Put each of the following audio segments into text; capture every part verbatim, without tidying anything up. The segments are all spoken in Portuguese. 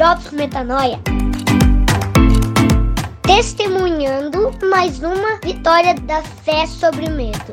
Drops Metanoia. Testemunhando mais uma vitória da fé sobre o medo.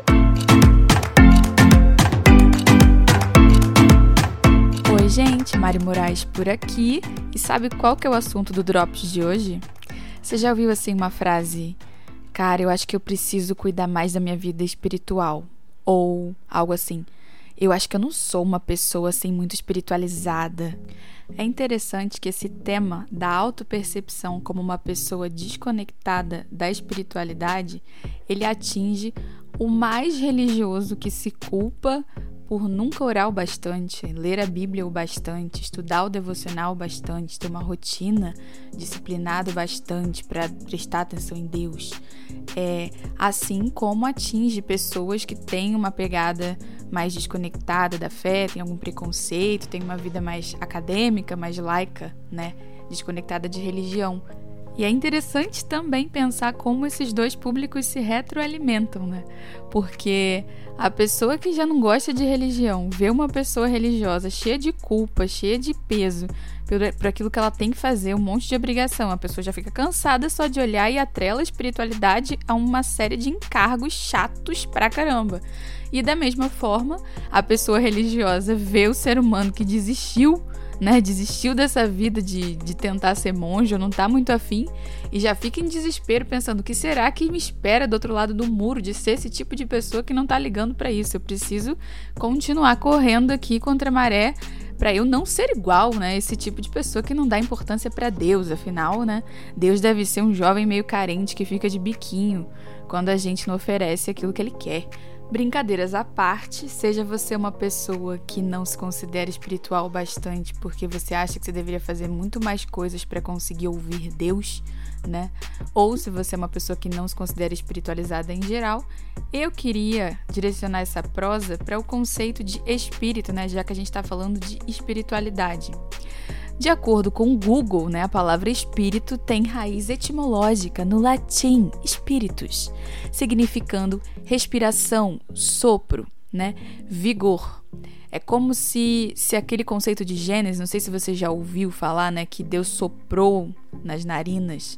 Oi gente, Mari Moraes por aqui. E sabe qual que é o assunto do Drops de hoje? Você já ouviu assim uma frase: cara, eu acho que eu preciso cuidar mais da minha vida espiritual? Ou algo assim: eu acho que eu não sou uma pessoa assim muito espiritualizada. É interessante que esse tema da autopercepção como uma pessoa desconectada da espiritualidade, ele atinge o mais religioso que se culpa por nunca orar o bastante, ler a Bíblia o bastante, estudar o devocional o bastante, ter uma rotina disciplinada o bastante para prestar atenção em Deus. É, assim como atinge pessoas que têm uma pegada mais desconectada da fé, tem algum preconceito, tem uma vida mais acadêmica, mais laica, né? Desconectada de religião. E é interessante também pensar como esses dois públicos se retroalimentam, né? Porque a pessoa que já não gosta de religião vê uma pessoa religiosa cheia de culpa, cheia de peso por, por aquilo que ela tem que fazer, um monte de obrigação. A pessoa já fica cansada só de olhar e atrela a espiritualidade a uma série de encargos chatos pra caramba. E da mesma forma, a pessoa religiosa vê o ser humano que desistiu, né, desistiu dessa vida de, de tentar ser monge ou não tá muito afim e já fica em desespero pensando: o que será que me espera do outro lado do muro de ser esse tipo de pessoa que não tá ligando pra isso? Eu preciso continuar correndo aqui contra a maré pra eu não ser igual, né, esse tipo de pessoa que não dá importância pra Deus. Afinal, né, Deus deve ser um jovem meio carente que fica de biquinho quando a gente não oferece aquilo que ele quer. Brincadeiras à parte, seja você uma pessoa que não se considera espiritual bastante porque você acha que você deveria fazer muito mais coisas para conseguir ouvir Deus, né? Ou se você é uma pessoa que não se considera espiritualizada em geral, eu queria direcionar essa prosa para o conceito de espírito, né? Já que a gente está falando de espiritualidade. De acordo com o Google, né, a palavra espírito tem raiz etimológica no latim spiritus, significando respiração, sopro, né, vigor. É como se, se aquele conceito de Gênesis, não sei se você já ouviu falar, né, que Deus soprou nas narinas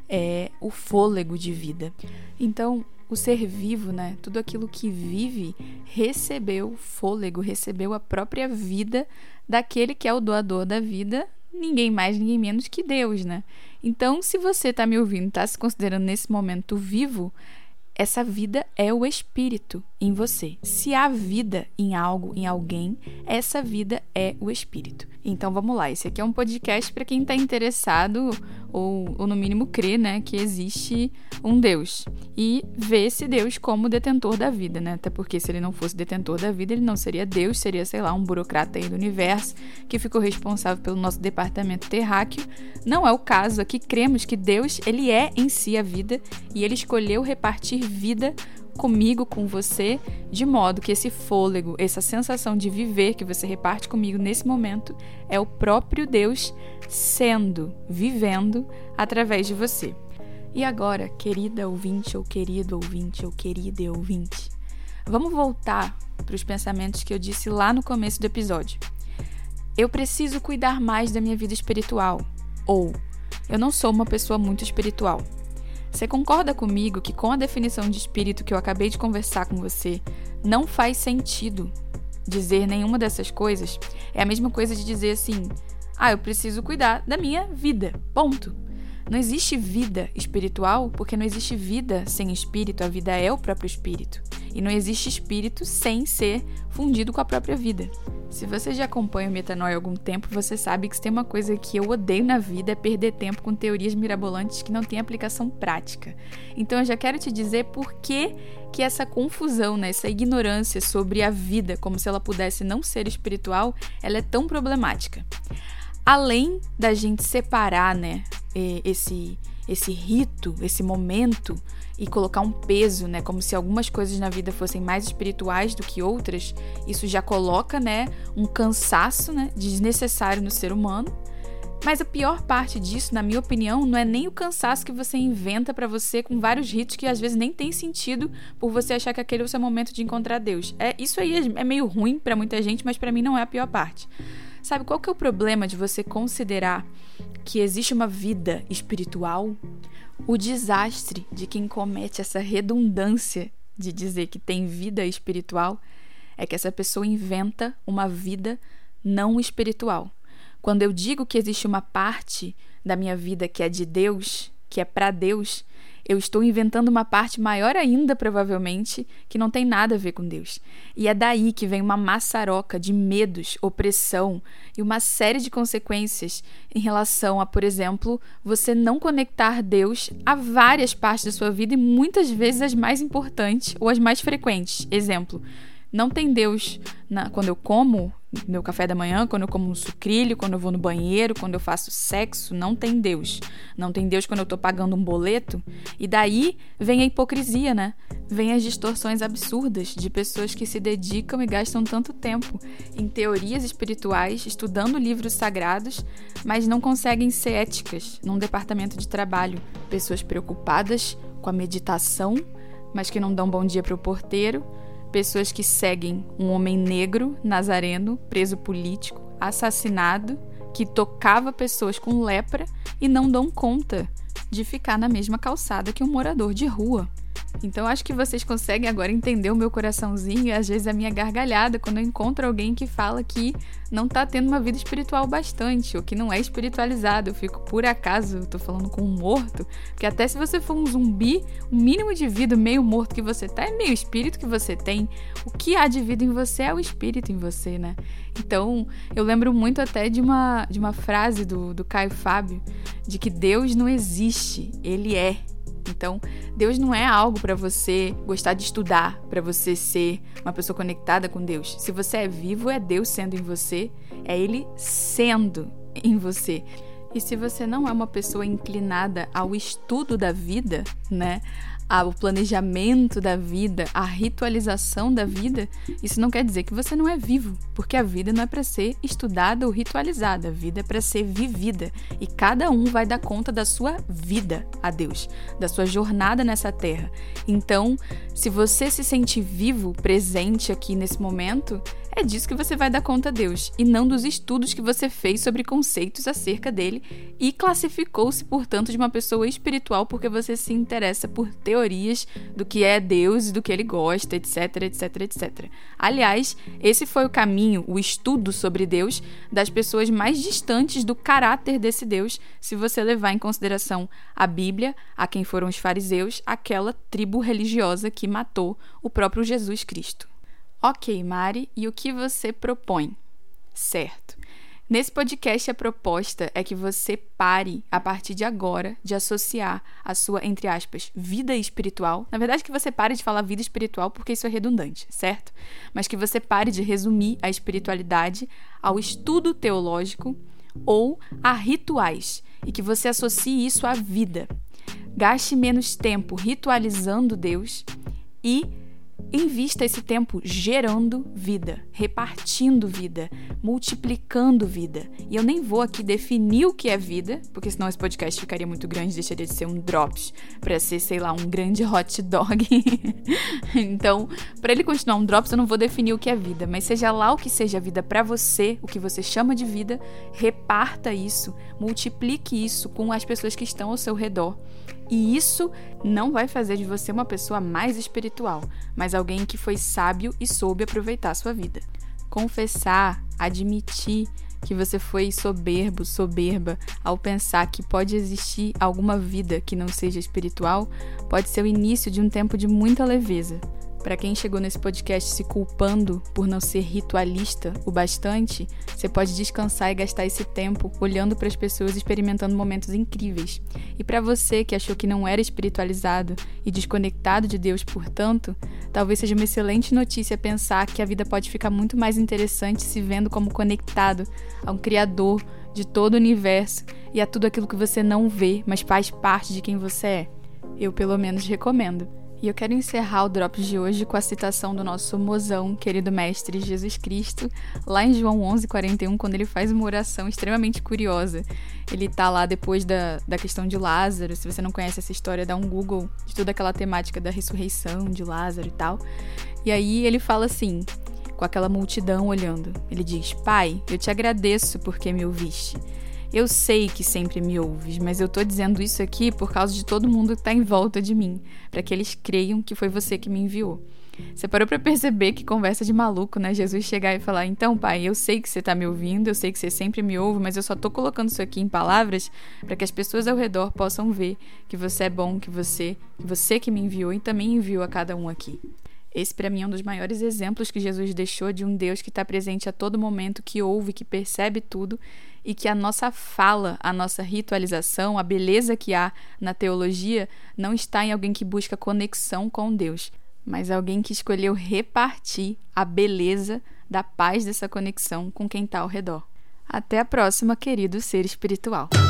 é, o fôlego de vida. Então, o ser vivo, né, tudo aquilo que vive, recebeu fôlego, recebeu a própria vida daquele que é o doador da vida, ninguém mais, ninguém menos que Deus, né? Então, se você está me ouvindo, está se considerando nesse momento vivo, essa vida é o espírito em você. Se há vida em algo, em alguém, essa vida é o espírito. Então vamos lá, esse aqui é um podcast para quem está interessado ou, ou no mínimo crê, né, que existe um Deus e vê esse Deus como detentor da vida, né? Até porque se ele não fosse detentor da vida, ele não seria Deus, seria, sei lá, um burocrata aí do universo que ficou responsável pelo nosso departamento terráqueo. Não é o caso. Aqui cremos que Deus, ele é em si a vida e ele escolheu repartir vida comigo, com você, de modo que esse fôlego, essa sensação de viver que você reparte comigo nesse momento é o próprio Deus sendo, vivendo através de você. E agora, querida ouvinte ou querido ouvinte ou querida ouvinte, vamos voltar para os pensamentos que eu disse lá no começo do episódio. Eu preciso cuidar mais da minha vida espiritual, ou eu não sou uma pessoa muito espiritual. Você concorda comigo que com a definição de espírito que eu acabei de conversar com você, não faz sentido dizer nenhuma dessas coisas? É a mesma coisa de dizer assim: ah, eu preciso cuidar da minha vida, ponto. Não existe vida espiritual porque não existe vida sem espírito, a vida é o próprio espírito. E não existe espírito sem ser fundido com a própria vida. Se você já acompanha o Metanoia há algum tempo, você sabe que se tem uma coisa que eu odeio na vida é perder tempo com teorias mirabolantes que não têm aplicação prática. Então eu já quero te dizer por que, que essa confusão, né, essa ignorância sobre a vida, como se ela pudesse não ser espiritual, ela é tão problemática. Além da gente separar, né, esse, esse rito, esse momento e colocar um peso, né, como se algumas coisas na vida fossem mais espirituais do que outras, isso já coloca, né, um cansaço, né, desnecessário no ser humano. Mas a pior parte disso, na minha opinião, não é nem o cansaço que você inventa pra você com vários ritos que às vezes nem tem sentido por você achar que aquele é o seu momento de encontrar Deus. É, isso aí é meio ruim pra muita gente, mas pra mim não é a pior parte. Sabe qual que é o problema de você considerar que existe uma vida espiritual? O desastre de quem comete essa redundância de dizer que tem vida espiritual é que essa pessoa inventa uma vida não espiritual. Quando eu digo que existe uma parte da minha vida que é de Deus, que é para Deus, eu estou inventando uma parte maior ainda, provavelmente, que não tem nada a ver com Deus. E é daí que vem uma maçaroca de medos, opressão e uma série de consequências em relação a, por exemplo, você não conectar Deus a várias partes da sua vida e muitas vezes as mais importantes ou as mais frequentes. Exemplo, não tem Deus na, quando eu como meu café da manhã, quando eu como um sucrilho, quando eu vou no banheiro, quando eu faço sexo, não tem Deus. Não tem Deus quando eu tô pagando um boleto. E daí vem a hipocrisia, né? Vem as distorções absurdas de pessoas que se dedicam e gastam tanto tempo em teorias espirituais, estudando livros sagrados, mas não conseguem ser éticas num departamento de trabalho. Pessoas preocupadas com a meditação, mas que não dão bom dia pro porteiro. Pessoas que seguem um homem negro, nazareno, preso político, assassinado, que tocava pessoas com lepra e não dão conta de ficar na mesma calçada que um morador de rua. Então acho que vocês conseguem agora entender o meu coraçãozinho e às vezes a minha gargalhada quando eu encontro alguém que fala que não tá tendo uma vida espiritual bastante ou que não é espiritualizado. Eu fico, por acaso, eu tô falando com um morto? Porque até se você for um zumbi, o mínimo de vida meio morto que você tá é meio espírito que você tem. O que há de vida em você é o espírito em você, né? Então, eu lembro muito até de uma, de uma frase do, do Caio Fábio, de que Deus não existe, Ele é. Então, Deus não é algo para você gostar de estudar, para você ser uma pessoa conectada com Deus. Se você é vivo, é Deus sendo em você, é Ele sendo em você. E se você não é uma pessoa inclinada ao estudo da vida, né, ao planejamento da vida, à ritualização da vida, isso não quer dizer que você não é vivo, porque a vida não é para ser estudada ou ritualizada, a vida é para ser vivida, e cada um vai dar conta da sua vida a Deus, da sua jornada nessa terra. Então, se você se sente vivo, presente aqui nesse momento, é disso que você vai dar conta a Deus, e não dos estudos que você fez sobre conceitos acerca dele e classificou-se, portanto, de uma pessoa espiritual porque você se interessa por teorias do que é Deus e do que ele gosta, etc, etc, etcétera. Aliás, esse foi o caminho, o estudo sobre Deus das pessoas mais distantes do caráter desse Deus, se você levar em consideração a Bíblia, a quem foram os fariseus, aquela tribo religiosa que matou o próprio Jesus Cristo. Ok, Mari, e o que você propõe? Certo. Nesse podcast, a proposta é que você pare, a partir de agora, de associar a sua, entre aspas, vida espiritual. Na verdade, que você pare de falar vida espiritual, porque isso é redundante, certo? Mas que você pare de resumir a espiritualidade ao estudo teológico ou a rituais, e que você associe isso à vida. Gaste menos tempo ritualizando Deus e invista esse tempo gerando vida, repartindo vida, multiplicando vida. E eu nem vou aqui definir o que é vida, porque senão esse podcast ficaria muito grande, deixaria de ser um drops para ser, sei lá, um grande hot dog. Então, para ele continuar um drops, eu não vou definir o que é vida, mas seja lá o que seja vida para você, o que você chama de vida, reparta isso, multiplique isso com as pessoas que estão ao seu redor. E isso não vai fazer de você uma pessoa mais espiritual, mas alguém que foi sábio e soube aproveitar a sua vida. Confessar, admitir que você foi soberbo, soberba, ao pensar que pode existir alguma vida que não seja espiritual, pode ser o início de um tempo de muita leveza. Para quem chegou nesse podcast se culpando por não ser ritualista o bastante, você pode descansar e gastar esse tempo olhando para as pessoas e experimentando momentos incríveis. E para você que achou que não era espiritualizado e desconectado de Deus, portanto, talvez seja uma excelente notícia pensar que a vida pode ficar muito mais interessante se vendo como conectado a um Criador de todo o universo e a tudo aquilo que você não vê, mas faz parte de quem você é. Eu, pelo menos, recomendo. E eu quero encerrar o Drops de hoje com a citação do nosso mozão, querido mestre Jesus Cristo, lá em João onze, quarenta e um, quando ele faz uma oração extremamente curiosa. Ele tá lá depois da, da questão de Lázaro. Se você não conhece essa história, dá um Google de toda aquela temática da ressurreição de Lázaro e tal. E aí ele fala assim: com aquela multidão olhando. Ele diz: Pai, eu te agradeço porque me ouviste. Eu sei que sempre me ouves, mas eu tô dizendo isso aqui por causa de todo mundo que tá em volta de mim, para que eles creiam que foi você que me enviou. Você parou pra perceber que conversa de maluco, né? Jesus chegar e falar: então, pai, eu sei que você tá me ouvindo, eu sei que você sempre me ouve, mas eu só tô colocando isso aqui em palavras para que as pessoas ao redor possam ver que você é bom, que você, que você que me enviou e também enviou a cada um aqui. Esse, para mim, é um dos maiores exemplos que Jesus deixou de um Deus que está presente a todo momento, que ouve, que percebe tudo e que a nossa fala, a nossa ritualização, a beleza que há na teologia não está em alguém que busca conexão com Deus, mas alguém que escolheu repartir a beleza da paz dessa conexão com quem está ao redor. Até a próxima, querido ser espiritual.